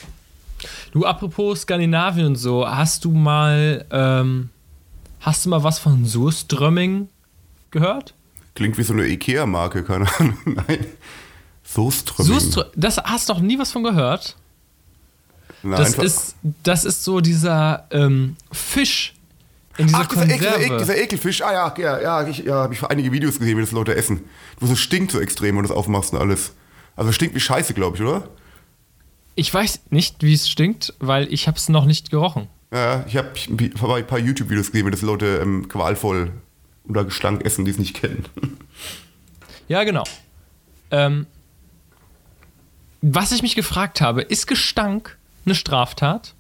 Du, apropos Skandinavien und so, hast du mal... Ähm Hast du mal was von Surströmming gehört? Klingt wie so eine Ikea-Marke, keine Ahnung. Nein. Surströmming. Surströ- das hast du noch nie was von gehört? Nein, das, ist, das ist so dieser ähm, Fisch in dieser Ach, dieser, Konserve. Ekel, dieser, dieser Ekelfisch. Ah ja, ja, ja, ich, ja habe ich einige Videos gesehen, wie das Leute essen. Wo es stinkt so extrem, wenn du das aufmachst und alles. Also es stinkt wie Scheiße, glaube ich, oder? Ich weiß nicht, wie es stinkt, weil ich habe es noch nicht gerochen. Ja, ich habe ein paar YouTube-Videos gesehen, wie das Leute ähm, qualvoll unter Gestank essen, die es nicht kennen. Ja, genau. Ähm, was ich mich gefragt habe, ist Gestank eine Straftat?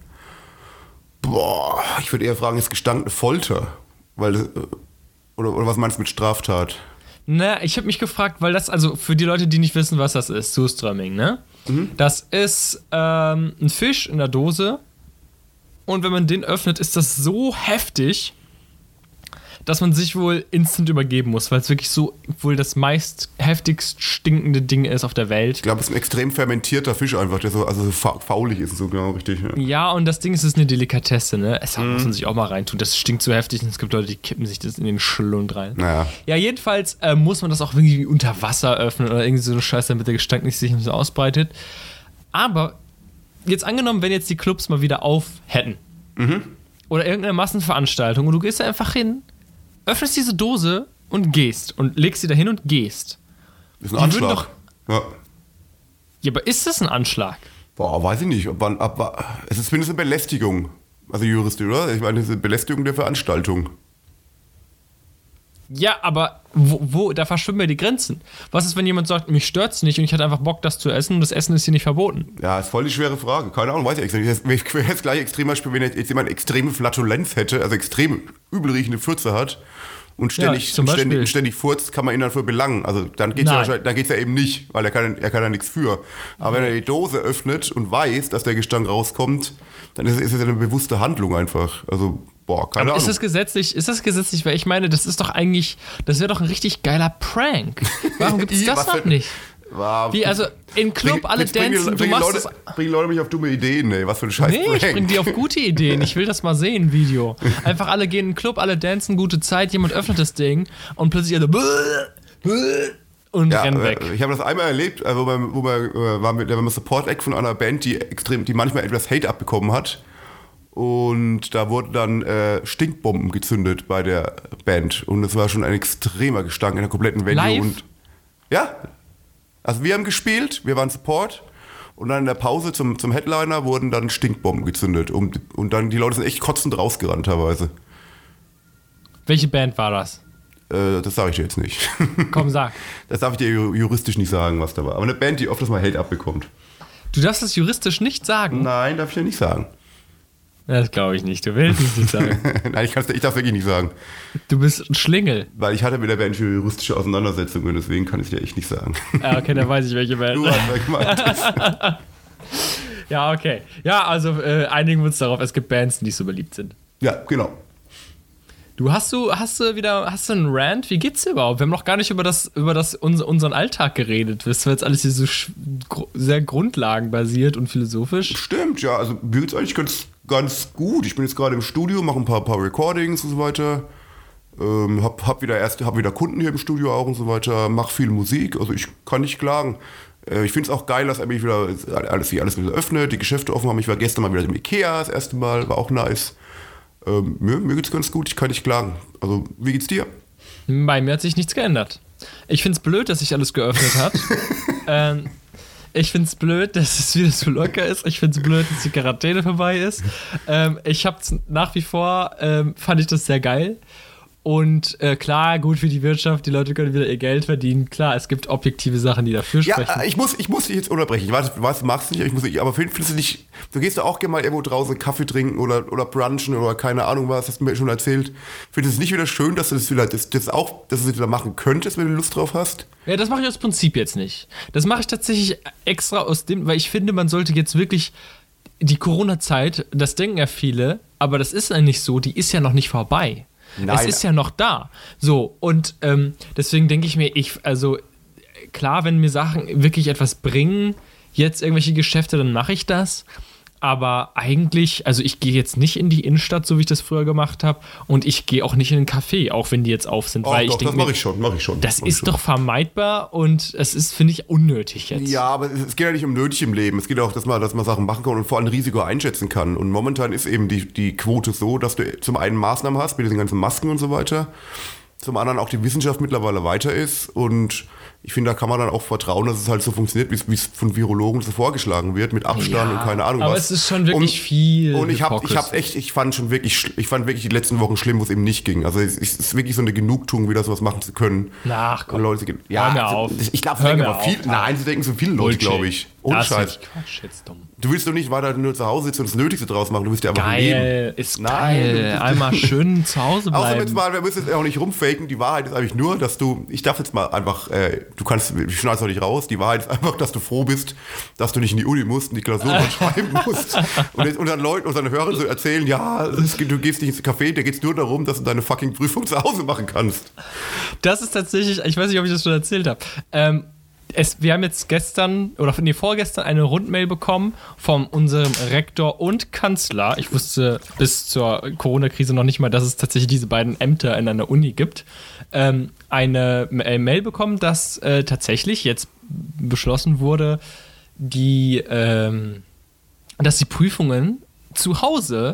Boah, ich würde eher fragen, ist Gestank eine Folter? Weil, äh, oder, oder was meinst du mit Straftat? Na, ich habe mich gefragt, weil das, also für die Leute, die nicht wissen, was das ist, Surströmming, ne? Mhm. Das ist ähm, ein Fisch in der Dose. Und wenn man den öffnet, ist das so heftig, dass man sich wohl instant übergeben muss, weil es wirklich so wohl das meist heftigst stinkende Ding ist auf der Welt. Ich glaube, es ist ein extrem fermentierter Fisch einfach, der so also so fa- faulig ist, so genau richtig. Ja. Ja, und das Ding ist, es ist eine Delikatesse, ne? Es mm. muss man sich auch mal reintun. Das stinkt so heftig und es gibt Leute, die kippen sich das in den Schlund rein. Naja. Ja, jedenfalls äh, muss man das auch irgendwie unter Wasser öffnen oder irgendwie so eine Scheiße, damit der Gestank nicht sich so ausbreitet. Aber jetzt angenommen, wenn jetzt die Clubs mal wieder auf hätten. Mhm. oder irgendeine Massenveranstaltung und du gehst da einfach hin, öffnest diese Dose und gehst und legst sie da hin und gehst. Das ist ein Anschlag. Doch, ja. ja, aber ist das ein Anschlag? Boah, weiß ich nicht. Ob man, ob, es ist zumindest eine Belästigung. Also juristisch, oder? Ich meine, es ist eine Belästigung der Veranstaltung. Ja, aber wo, wo, da verschwimmen ja die Grenzen. Was ist, wenn jemand sagt, mich stört's nicht und ich hatte einfach Bock, das zu essen und das Essen ist hier nicht verboten? Ja, ist voll die schwere Frage. Keine Ahnung, weiß ich extra nicht. Ich wäre jetzt gleich extrem Beispiel, wenn jetzt jemand extreme Flatulenz hätte, also extrem übelriechende Fürze hat und ständig, ja, ständig, ständig furzt, kann man ihn dafür belangen. Also dann geht's, ja, wahrscheinlich, dann geht's ja eben nicht, weil er kann, er kann da nichts für. Aber wenn er die Dose öffnet und weiß, dass der Gestank rauskommt, dann ist, ist es eine bewusste Handlung einfach. Also boah, keine Aber Ahnung. Ist das gesetzlich? Ist das gesetzlich? Weil ich meine, das ist doch eigentlich, das wäre doch ein richtig geiler Prank. Warum gibt es das noch nicht? War, Wie, also in Club bring, alle bring, dancen, bring, du bring machst Leute, bring Leute mich auf dumme Ideen, ey. Was für ein Scheiß Nee, Prank. ich bring die auf gute Ideen. Ich will das mal sehen, Video. Einfach alle gehen in den Club, alle dancen, gute Zeit, jemand öffnet das Ding und plötzlich alle und ja, rennen weg. Ich habe das einmal erlebt, wo wir, wo wir waren mit der Support-Act von einer Band, die extrem, die manchmal etwas Hate abbekommen hat. Und da wurden dann äh, Stinkbomben gezündet bei der Band. Und es war schon ein extremer Gestank in der kompletten Venue. Live? Und ja, also wir haben gespielt, wir waren Support. Und dann in der Pause zum, zum Headliner wurden dann Stinkbomben gezündet. Und, und dann die Leute sind echt kotzend rausgerannt teilweise. Welche Band war das? Äh, das sage ich dir jetzt nicht. Komm, sag. Das darf ich dir juristisch nicht sagen, was da war. Aber eine Band, die oft mal Hate abbekommt. Du darfst das juristisch nicht sagen? Nein, darf ich dir nicht sagen. Das glaube ich nicht. Du willst es nicht sagen. Nein, ich, kann's, ich darf es wirklich nicht sagen. Du bist ein Schlingel. Weil ich hatte mit der Band für juristische Auseinandersetzungen, deswegen kann ich dir echt nicht sagen. Ja, okay, dann weiß ich, welche Band. Du hast mal gemeint. Ja, okay. Ja, also äh, einigen wir uns darauf, es gibt Bands, die nicht so beliebt sind. Ja, genau. Du hast du, hast du wieder, hast du einen Rant? Wie geht's dir überhaupt? Wir haben noch gar nicht über das, über das, unser, unseren Alltag geredet. Das war jetzt alles hier so gr- sehr grundlagenbasiert und philosophisch. Stimmt, ja. Also mir geht's eigentlich ganz, ganz gut. Ich bin jetzt gerade im Studio, mache ein paar, paar Recordings und so weiter. Ähm, hab, hab wieder erst, hab wieder Kunden hier im Studio auch und so weiter. Mach viel Musik. Also ich kann nicht klagen. Äh, ich finde es auch geil, dass eigentlich wieder alles, sich alles wieder öffnet, die Geschäfte offen haben. Ich war gestern mal wieder im Ikea das erste Mal, war auch nice. Ähm, mir, mir geht's ganz gut, ich kann nicht klagen. Also, wie geht's dir? Bei mir hat sich nichts geändert. Ich find's blöd, dass sich alles geöffnet hat. ähm, ich find's blöd, dass es wieder so locker ist. Ich find's blöd, dass die Quarantäne vorbei ist. Ähm, ich hab's nach wie vor, ähm, fand ich das sehr geil. Und äh, klar, gut für die Wirtschaft, die Leute können wieder ihr Geld verdienen. Klar, es gibt objektive Sachen, die dafür sprechen. Ja, ich muss, ich muss dich jetzt unterbrechen. Ich weiß, du weißt, du magst es nicht, ich muss, aber findest du nicht, du gehst ja auch gerne mal irgendwo draußen Kaffee trinken oder, oder brunchen oder keine Ahnung was, hast du mir schon erzählt. Findest du es nicht wieder schön, dass du das wieder, das, das auch, dass du das wieder machen könntest, wenn du Lust drauf hast? Ja, das mache ich aus Prinzip jetzt nicht. Das mache ich tatsächlich extra aus dem, weil ich finde, man sollte jetzt wirklich die Corona-Zeit, das denken ja viele, aber das ist ja nicht so, die ist ja noch nicht vorbei. Nein. Es ist ja noch da. So, und ähm, deswegen denke ich mir, ich, also klar, wenn mir Sachen wirklich etwas bringen, jetzt irgendwelche Geschäfte, dann mache ich das. Aber eigentlich, also ich gehe jetzt nicht in die Innenstadt, so wie ich das früher gemacht habe, und ich gehe auch nicht in einen Café, auch wenn die jetzt auf sind. Oh, weil doch, ich denk das mache ich schon, mache ich schon. Das mach ist schon. doch vermeidbar und es ist, finde ich, unnötig jetzt. Ja, aber es geht ja nicht um nötig im Leben. Es geht auch, dass man, dass man Sachen machen kann und vor allem Risiko einschätzen kann. Und momentan ist eben die, die Quote so, dass du zum einen Maßnahmen hast mit diesen ganzen Masken und so weiter, zum anderen auch die Wissenschaft mittlerweile weiter ist und ich finde, da kann man dann auch vertrauen, dass es halt so funktioniert, wie es von Virologen so vorgeschlagen wird, mit Abstand Ja, und keine Ahnung aber was. es ist schon wirklich und, viel. Und ich habe Fokus. ich hab echt, ich fand schon wirklich, ich fand wirklich die letzten Wochen schlimm, wo es eben nicht ging. Also es ist wirklich so eine Genugtuung, wieder sowas machen zu können. Ach komm, und Leute, ja, hör mir also, auf. Ich glaube, Hör sie denken mir aber auf. viel, nein, sie denken so viele Leute, glaube ich. Ohne Das Scheiß. ist Quatsch, jetzt dumm. Du willst doch nicht weiter nur zu Hause sitzen und das Nötigste draus machen, du willst ja einfach Geil, leben. ist Nein. geil. Einmal schön zu Hause Außerdem bleiben. jetzt mal, wir müssen jetzt auch nicht rumfaken, die Wahrheit ist eigentlich nur, dass du, ich darf jetzt mal einfach, äh, du kannst, ich schneide es noch nicht raus, die Wahrheit ist einfach, dass du froh bist, dass du nicht in die Uni musst und die Klausur mal schreiben musst und jetzt unseren Leuten, unseren Hörern so erzählen, ja, es, du gehst nicht ins Café, da geht es nur darum, dass du deine fucking Prüfung zu Hause machen kannst. Das ist tatsächlich, ich weiß nicht, ob ich das schon erzählt habe, ähm, Es, wir haben jetzt gestern, oder nee, vorgestern eine Rundmail bekommen von unserem Rektor und Kanzler. Ich wusste bis zur Corona-Krise noch nicht mal, dass es tatsächlich diese beiden Ämter in einer Uni gibt. Ähm, eine Mail bekommen, dass äh, tatsächlich jetzt beschlossen wurde, die, ähm, dass die Prüfungen zu Hause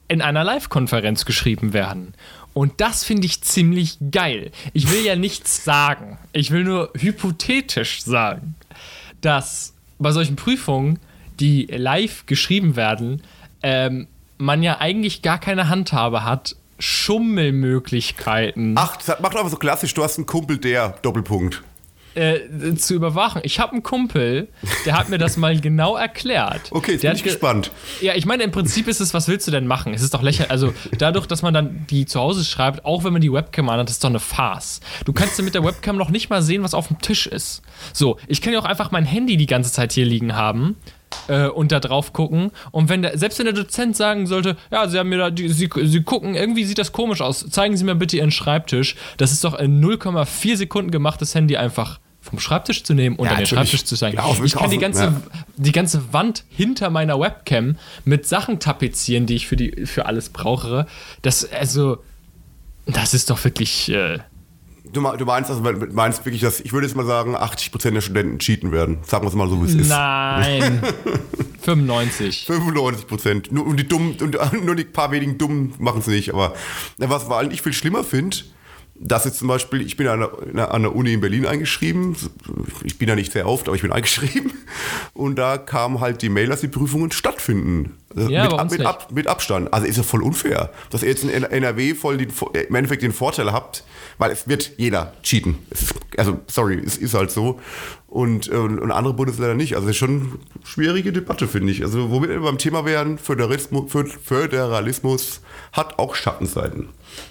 in einer Live-Konferenz geschrieben werden. Und das finde ich ziemlich geil. Ich will ja nichts sagen. Ich will nur hypothetisch sagen, dass bei solchen Prüfungen, die live geschrieben werden, ähm, man ja eigentlich gar keine Handhabe hat, Schummelmöglichkeiten. Ach, das macht aber so klassisch, du hast einen Kumpel, der Doppelpunkt. Äh, zu überwachen. Ich habe einen Kumpel, der hat mir das mal genau erklärt. Okay, jetzt der bin ich gespannt. Ja, ich meine, im Prinzip ist es, was willst du denn machen? Es ist doch lächerlich. Also dadurch, dass man dann die zu Hause schreibt, auch wenn man die Webcam anhat, ist doch eine Farce. Du kannst ja mit der Webcam noch nicht mal sehen, was auf dem Tisch ist. So, ich kann ja auch einfach mein Handy die ganze Zeit hier liegen haben äh, und da drauf gucken. Und wenn der, selbst wenn der Dozent sagen sollte, ja, Sie haben mir da, die, Sie, Sie gucken, irgendwie sieht das komisch aus, zeigen Sie mir bitte Ihren Schreibtisch. Das ist doch in null Komma vier Sekunden gemachtes Handy einfach vom Schreibtisch zu nehmen und ja, an den Schreibtisch zu zeigen. Ja, ich kann die ganze, ja. die ganze Wand hinter meiner Webcam mit Sachen tapezieren, die ich für, die, für alles brauche. Das, also, das ist doch wirklich... Äh du, du meinst also, meinst wirklich, dass, ich würde jetzt mal sagen, achtzig Prozent der Studenten cheaten werden. Sagen wir es mal so, wie es ist. Nein. fünfundneunzig. fünfundneunzig Prozent. Nur, und die dummen, und nur die paar wenigen Dummen machen es nicht. Aber was vor allem ich viel schlimmer finde, dass jetzt zum Beispiel, ich bin an der, an der Uni in Berlin eingeschrieben, ich bin ja nicht sehr oft, aber ich bin eingeschrieben und da kam halt die Mail, dass die Prüfungen stattfinden. Ja, mit, aber ab, mit, ab, mit Abstand. Also ist ja voll unfair, dass ihr jetzt in N R W voll den, im Endeffekt den Vorteil habt, weil es wird jeder cheaten. Es ist, also sorry, es ist halt so. Und, und, und andere Bundesländer nicht. Also das ist schon eine schwierige Debatte, finde ich. Also womit wir beim Thema wären, Föderalismus, Föderalismus hat auch Schattenseiten.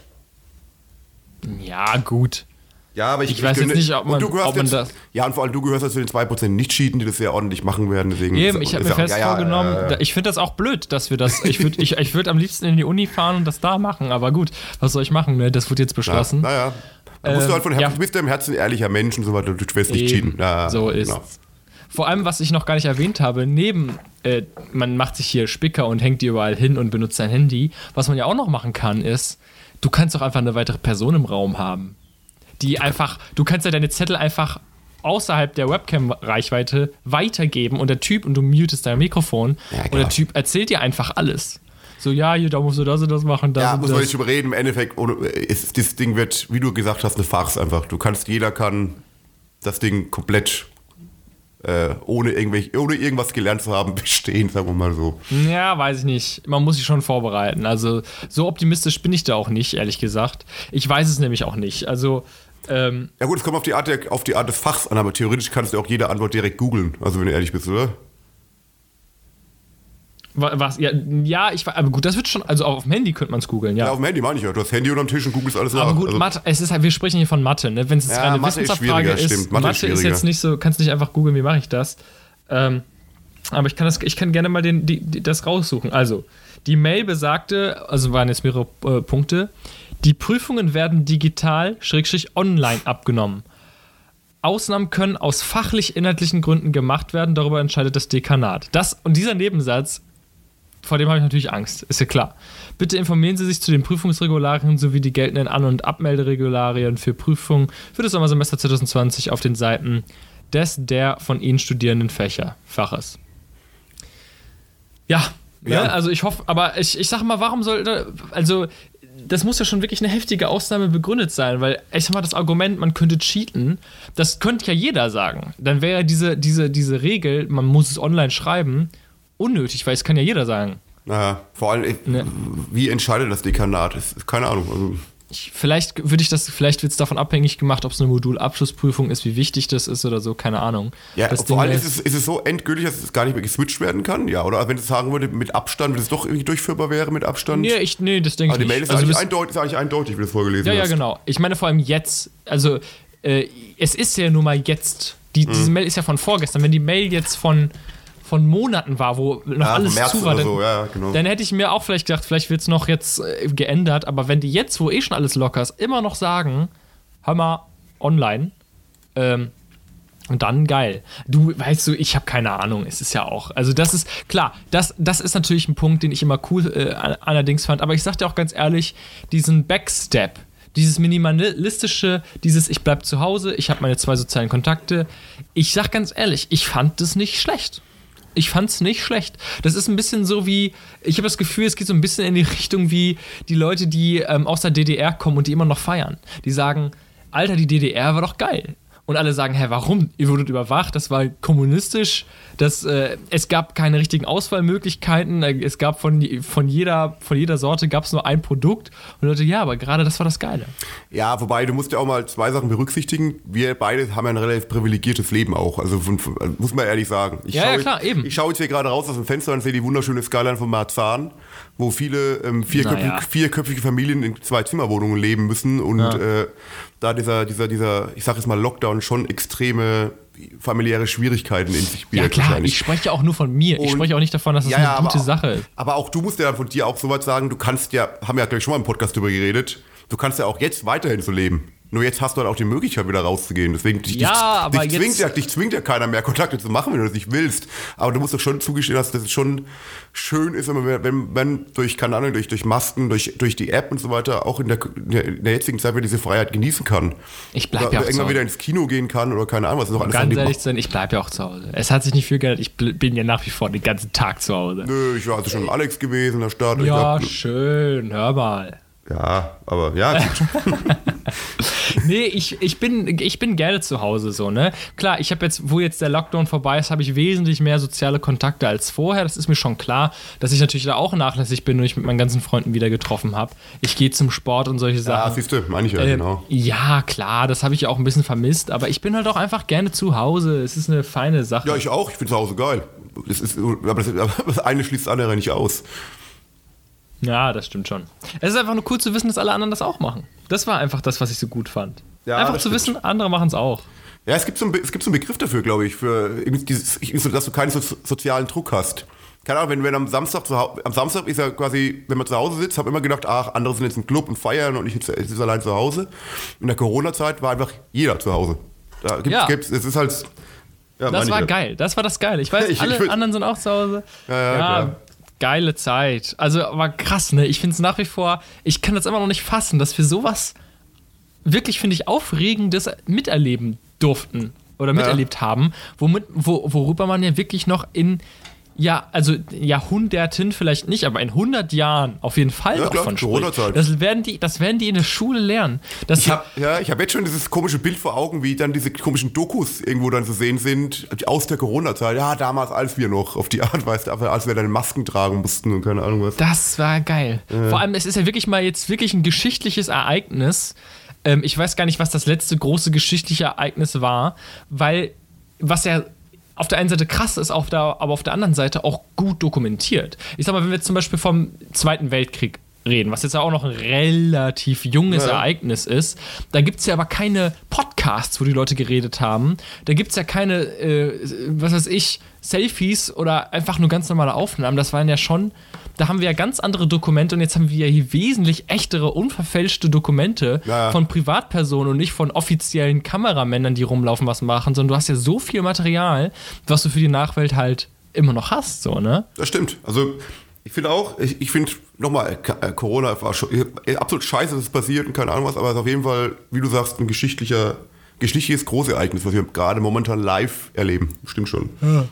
Ja, gut. Ja, aber ich, ich weiß ich jetzt nicht, ob man, ob man jetzt, das... Ja, und vor allem du gehörst zu den zwei Prozent Nicht-Cheaten, die das sehr ordentlich machen werden. Deswegen Eben, ich habe mir fest ja, vorgenommen, ja, ja. ich finde das auch blöd, dass wir das... Ich würde ich, ich würd am liebsten in die Uni fahren und das da machen, aber gut, was soll ich machen? Ne? Das wird jetzt beschlossen. Naja, na da musst ähm, du halt von Herzen, ja. du bist ja im Herzen ein ehrlicher Mensch und so weiter, du wirst nicht cheaten. Ja, so ist genau. Vor allem, was ich noch gar nicht erwähnt habe, neben, äh, man macht sich hier Spicker und hängt die überall hin und benutzt sein Handy, was man ja auch noch machen kann, ist, du kannst doch einfach eine weitere Person im Raum haben. Die einfach, du kannst ja deine Zettel einfach außerhalb der Webcam-Reichweite weitergeben und der Typ, und du mutest dein Mikrofon, ja, und der Typ erzählt dir einfach alles. So, ja, hier, da musst du das und das machen. Das ja, und muss das. man nicht überreden. Im Endeffekt, ohne, ist, das Ding wird, wie du gesagt hast, eine Farce einfach. Du kannst, jeder kann das Ding komplett äh, ohne, irgendwelche, ohne irgendwas gelernt zu haben bestehen, sagen wir mal so. Ja, weiß ich nicht. Man muss sich schon vorbereiten. Also, so optimistisch bin ich da auch nicht, ehrlich gesagt. Ich weiß es nämlich auch nicht. Also, Ähm, ja gut, es kommt auf die Art der, auf die Art des Fachs an, aber theoretisch kannst du auch jede Antwort direkt googeln, also wenn du ehrlich bist, oder? Was? Ja, ja, ich aber gut, das wird schon, also auch auf dem Handy könnte man es googeln, ja. Ja, auf dem Handy meine ich ja. Du hast Handy unterm Tisch und googelst alles nach. Aber gut, also, Mathe, es ist halt, wir sprechen hier von Mathe, ne? Wenn es jetzt ja, eine Mathe Wissensabfrage ist, ist, Mathe, Mathe ist, ist jetzt nicht so, kannst nicht einfach googeln, wie mache ich das? Ähm, aber ich kann das, ich kann gerne mal den, die, die, das raussuchen. Also, die Mail besagte, also waren jetzt mehrere äh, Punkte, die Prüfungen werden digital, schrägstrich online abgenommen. Ausnahmen können aus fachlich-inhaltlichen Gründen gemacht werden, darüber entscheidet das Dekanat. Das, und dieser Nebensatz, vor dem habe ich natürlich Angst, ist ja klar. Bitte informieren Sie sich zu den Prüfungsregularien sowie die geltenden An- und Abmelderegularien für Prüfungen für das Sommersemester zwanzig zwanzig auf den Seiten des der von Ihnen studierenden Fächer, Faches. Ja, ja. Ne, also ich hoffe, aber ich, ich sage mal, warum sollte, also das muss ja schon wirklich eine heftige Ausnahme begründet sein, weil ich sag mal, das Argument, man könnte cheaten, das könnte ja jeder sagen. Dann wäre ja diese, diese, diese Regel, man muss es online schreiben, unnötig, weil es kann ja jeder sagen. Naja, vor allem, ne? Wie entscheidet das Dekanat? Ist, keine Ahnung. Also ich, vielleicht würde ich das, vielleicht wird es davon abhängig gemacht, ob es eine Modulabschlussprüfung ist, wie wichtig das ist oder so, keine Ahnung. Ja, das vor allem ist es, ist es so endgültig, dass es gar nicht mehr geswitcht werden kann, ja, oder wenn es sagen würde, mit Abstand, wenn es doch irgendwie durchführbar wäre mit Abstand. Nee, ich, nee das denke ich nicht. Die Mail ist, also eigentlich eindeutig, ist eigentlich eindeutig, wie du es vorgelesen ja, hast. Ja, ja, genau. Ich meine vor allem jetzt, also äh, es ist ja nun mal jetzt, die, mhm. diese Mail ist ja von vorgestern, wenn die Mail jetzt von von Monaten war, wo noch ja, alles zu war, dann, so. ja, genau. dann hätte ich mir auch vielleicht gedacht, vielleicht wird es noch jetzt äh, geändert, aber wenn die jetzt, wo eh schon alles locker ist, immer noch sagen, hör mal, online, ähm, und dann geil. Du, weißt du, ich habe keine Ahnung, es ist ja auch, also das ist, klar, das, das ist natürlich ein Punkt, den ich immer cool äh, allerdings fand, aber ich sag dir auch ganz ehrlich, diesen Backstep, dieses minimalistische, dieses ich bleib zu Hause, ich habe meine zwei sozialen Kontakte, ich sag ganz ehrlich, ich fand das nicht schlecht. Ich fand's nicht schlecht. Das ist ein bisschen so wie, ich habe das Gefühl, es geht so ein bisschen in die Richtung wie die Leute, die ähm, aus der D D R kommen und die immer noch feiern. Die sagen, Alter, die D D R war doch geil. Und alle sagen, hä, warum? Ihr wurdet überwacht, das war kommunistisch, das, äh, es gab keine richtigen Auswahlmöglichkeiten, es gab von, von, jeder, von jeder Sorte gab es nur ein Produkt. Und Leute, ja, aber gerade das war das Geile. Ja, wobei, du musst ja auch mal zwei Sachen berücksichtigen. Wir beide haben ja ein relativ privilegiertes Leben auch, also von, von, muss man ehrlich sagen. Ich ja, schaue, ja, klar, eben. Ich schaue jetzt hier gerade raus aus dem Fenster und sehe die wunderschöne Skyline von Marzahn, wo viele ähm, vierköpfige, naja. vierköpfige Familien in Zwei-Zimmer-Wohnungen leben müssen und ja. äh, da dieser, dieser, dieser, ich sag jetzt mal Lockdown schon extreme familiäre Schwierigkeiten in sich birgt. Ja klar, ich spreche ja auch nur von mir. Und ich spreche auch nicht davon, dass das ja, eine ja, gute auch, Sache ist. Aber auch du musst ja von dir auch so weit sagen, du kannst ja, haben wir ja gleich schon mal im Podcast drüber geredet, du kannst ja auch jetzt weiterhin so leben. Nur jetzt hast du halt auch die Möglichkeit, wieder rauszugehen. Deswegen dich, ja, dich, aber dich, zwingt ja, dich zwingt ja keiner mehr, Kontakte zu machen, wenn du das nicht willst. Aber du musst doch schon zugestehen, dass das schon schön ist, wenn man wenn, wenn durch, keine Ahnung, durch, durch Masken, durch, durch die App und so weiter auch in der, in der jetzigen Zeit wieder diese Freiheit genießen kann. Ich bleib oder ja auch irgendwann wieder ins Kino gehen kann oder keine Ahnung, was noch alles. Ganz ehrlich sein, ich bleib ja auch zu Hause. Es hat sich nicht viel geändert. Ich bin ja nach wie vor den ganzen Tag zu Hause. Nö, ich war also schon mit Alex gewesen, der Start. Ja, glaub, schön, hör mal. Ja, aber ja, gut. Nee, ich, ich, bin, ich bin gerne zu Hause so, ne? Klar, ich habe jetzt, wo jetzt der Lockdown vorbei ist, habe ich wesentlich mehr soziale Kontakte als vorher. Das ist mir schon klar, dass ich natürlich da auch nachlässig bin und ich mit meinen ganzen Freunden wieder getroffen habe. Ich gehe zum Sport und solche Sachen. Ja, siehst du, meine ich ja, äh, genau. Ja, klar, das habe ich auch ein bisschen vermisst, aber ich bin halt auch einfach gerne zu Hause. Es ist eine feine Sache. Ja, ich auch. Ich finde zu Hause geil. Das ist, aber das, aber das eine schließt das andere nicht aus. Ja, das stimmt schon. Es ist einfach nur cool zu wissen, dass alle anderen das auch machen. Das war einfach das, was ich so gut fand. Ja, einfach zu wissen, andere machen es auch. Ja, es gibt, so einen, es gibt so einen Begriff dafür, glaube ich, für dieses, dass du keinen so, sozialen Druck hast. Keine Ahnung, wenn, wenn am Samstag zu Hause, am Samstag ist ja quasi, wenn man zu Hause sitzt, habe immer gedacht, ach, andere sind jetzt im Club und feiern und ich sitze jetzt allein zu Hause. In der Corona-Zeit war einfach jeder zu Hause. Da gibt's, ja. gibt's, es ist halt. Ja, das war geil, das war das Geile. Ich weiß, ich, alle ich, anderen sind auch zu Hause. Ja, ja, ja klar. Geile Zeit. Also, aber krass, ne? Ich finde es nach wie vor, ich kann das immer noch nicht fassen, dass wir sowas wirklich, finde ich, Aufregendes miterleben durften oder miterlebt ja. haben, womit, wo, worüber man ja wirklich noch in, ja, also Jahrhunderten vielleicht nicht, aber in hundert Jahren auf jeden Fall ja, noch klar, von spricht. Das werden die, das werden die in der Schule lernen. Das ich hab, ja, ich habe jetzt schon dieses komische Bild vor Augen, wie dann diese komischen Dokus irgendwo dann zu sehen sind aus der Corona-Zeit. Ja, damals, als wir noch auf die Art, weißt du, als wir dann Masken tragen mussten und keine Ahnung was. Das war geil. Ja. Vor allem, es ist ja wirklich mal jetzt wirklich ein geschichtliches Ereignis. Ähm, ich weiß gar nicht, was das letzte große geschichtliche Ereignis war, weil was ja auf der einen Seite krass ist, auf der, aber auf der anderen Seite auch gut dokumentiert. Ich sag mal, wenn wir jetzt zum Beispiel vom Zweiten Weltkrieg reden, was jetzt ja auch noch ein relativ junges ja. Ereignis ist, da gibt es ja aber keine Podcasts, wo die Leute geredet haben. Da gibt es ja keine, äh, was weiß ich, Selfies oder einfach nur ganz normale Aufnahmen. Das waren ja schon, da haben wir ja ganz andere Dokumente und jetzt haben wir ja hier wesentlich echtere, unverfälschte Dokumente ja. von Privatpersonen und nicht von offiziellen Kameramännern, die rumlaufen, was machen, sondern du hast ja so viel Material, was du für die Nachwelt halt immer noch hast, so, ne? Das stimmt. Also ich finde auch, ich, ich finde, nochmal, Corona war schon absolut scheiße, dass es passiert und keine Ahnung was, aber es ist auf jeden Fall, wie du sagst, ein geschichtlicher, geschichtliches Großereignis, was wir gerade momentan live erleben. Stimmt schon. Ja,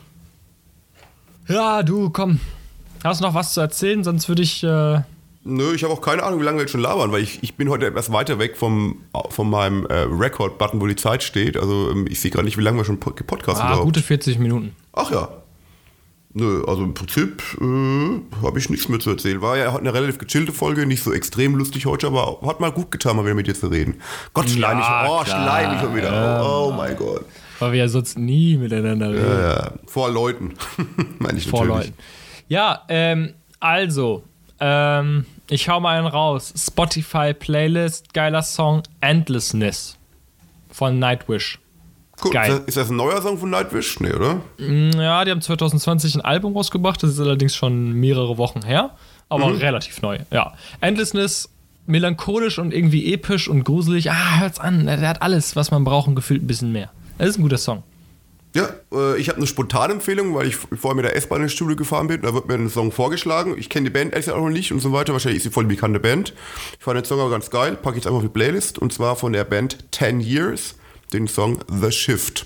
ja du, komm. Hast du noch was zu erzählen? Sonst würde ich... Äh Nö, ich habe auch keine Ahnung, wie lange wir jetzt schon labern, weil ich, ich bin heute etwas weiter weg vom, von meinem äh, Record-Button, wo die Zeit steht. Also ich sehe gerade nicht, wie lange wir schon podcasten. Ah, gute vierzig Minuten. Ach ja. Nö, also im Prinzip äh, habe ich nichts mehr zu erzählen. War ja eine relativ gechillte Folge, nicht so extrem lustig heute, aber hat mal gut getan, mal wieder mit dir zu reden. Gott, schleim ich, ja, oh, schleim ich schon wieder. Ja. Oh mein Gott. Weil wir ja sonst nie miteinander reden. Ja, ja. Vor Leuten. Meine ich Vor natürlich. Leuten. Ja, ähm, also, ähm, ich hau mal einen raus. Spotify-Playlist, geiler Song, Endlessness von Nightwish. Cool. Geil. Ist das, ist das ein neuer Song von Nightwish? Nee, oder? Ja, die haben zwanzig zwanzig ein Album rausgebracht, das ist allerdings schon mehrere Wochen her, aber mhm. relativ neu, ja. Endlessness, melancholisch und irgendwie episch und gruselig. Ah, hört's an, der hat alles, was man braucht und gefühlt ein bisschen mehr. Das ist ein guter Song. Ja, äh, ich habe eine spontane Empfehlung, weil ich vorher mit der S-Bahn ins Studio gefahren bin. Da wird mir ein Song vorgeschlagen. Ich kenne die Band ehrlich auch noch nicht und so weiter. Wahrscheinlich ist sie voll bekannte Band. Ich fand den Song aber ganz geil. Packe ich jetzt einfach auf die Playlist. Und zwar von der Band ten years, den Song The Shift.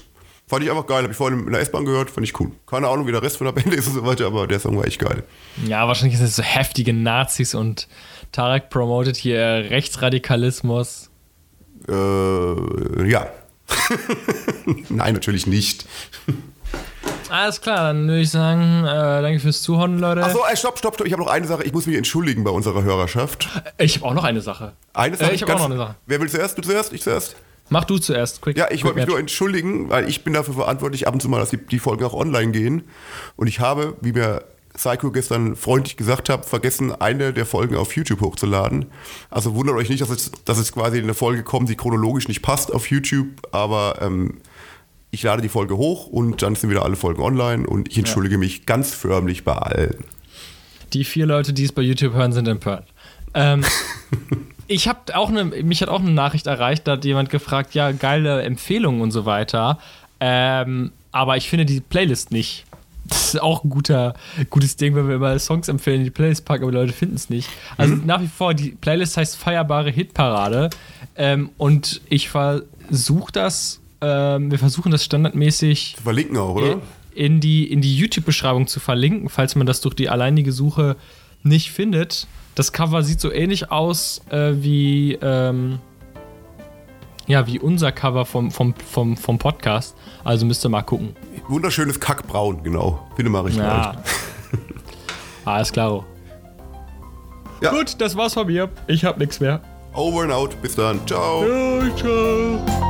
Fand ich einfach geil, habe ich vorhin in der S-Bahn gehört, fand ich cool. Keine Ahnung, wie der Rest von der Band ist und so weiter, aber der Song war echt geil. Ja, wahrscheinlich sind es so heftige Nazis und Tarek promotet hier Rechtsradikalismus. Äh, ja. Nein, natürlich nicht. Alles klar, dann würde ich sagen, äh, danke fürs Zuhören, Leute. Achso, ey, stopp, stopp, stopp, ich habe noch eine Sache, ich muss mich entschuldigen bei unserer Hörerschaft. Ich habe auch noch eine Sache. Eine Sache? Äh, ich habe auch noch eine Sache. Wer will zuerst? Du zuerst? Ich zuerst? Mach du zuerst, quick. Ja, ich wollte mich match. nur entschuldigen, weil ich bin dafür verantwortlich, ab und zu mal, dass die, die Folgen auch online gehen. Und ich habe, wie mir Psycho gestern freundlich gesagt hat, vergessen, eine der Folgen auf YouTube hochzuladen. Also wundert euch nicht, dass es, dass es quasi in eine Folge kommt, die chronologisch nicht passt auf YouTube, aber ähm, ich lade die Folge hoch und dann sind wieder alle Folgen online und ich entschuldige ja. mich ganz förmlich bei allen. Die vier Leute, die es bei YouTube hören, sind empört. Ähm, ich habe auch eine, mich hat auch eine Nachricht erreicht, da hat jemand gefragt, ja, geile Empfehlungen und so weiter, ähm, aber ich finde die Playlist nicht. Das ist auch ein guter, gutes Ding, wenn wir immer Songs empfehlen, die Playlist packen, aber die Leute finden es nicht. Also mhm. nach wie vor, die Playlist heißt Feierbare Hitparade ähm, und ich versuche das, ähm, wir versuchen das standardmäßig zu verlinken auch, oder? In die, in die YouTube-Beschreibung zu verlinken, falls man das durch die alleinige Suche nicht findet. Das Cover sieht so ähnlich aus äh, wie, ähm, ja, wie unser Cover vom, vom, vom, vom Podcast. Also müsst ihr mal gucken. Wunderschönes Kackbraun, genau. Finde mal richtig ja. leicht. Alles klar. Ja. Gut, das war's von mir. Ich hab nichts mehr. Over and out. Bis dann. Ciao. Ja, ciao.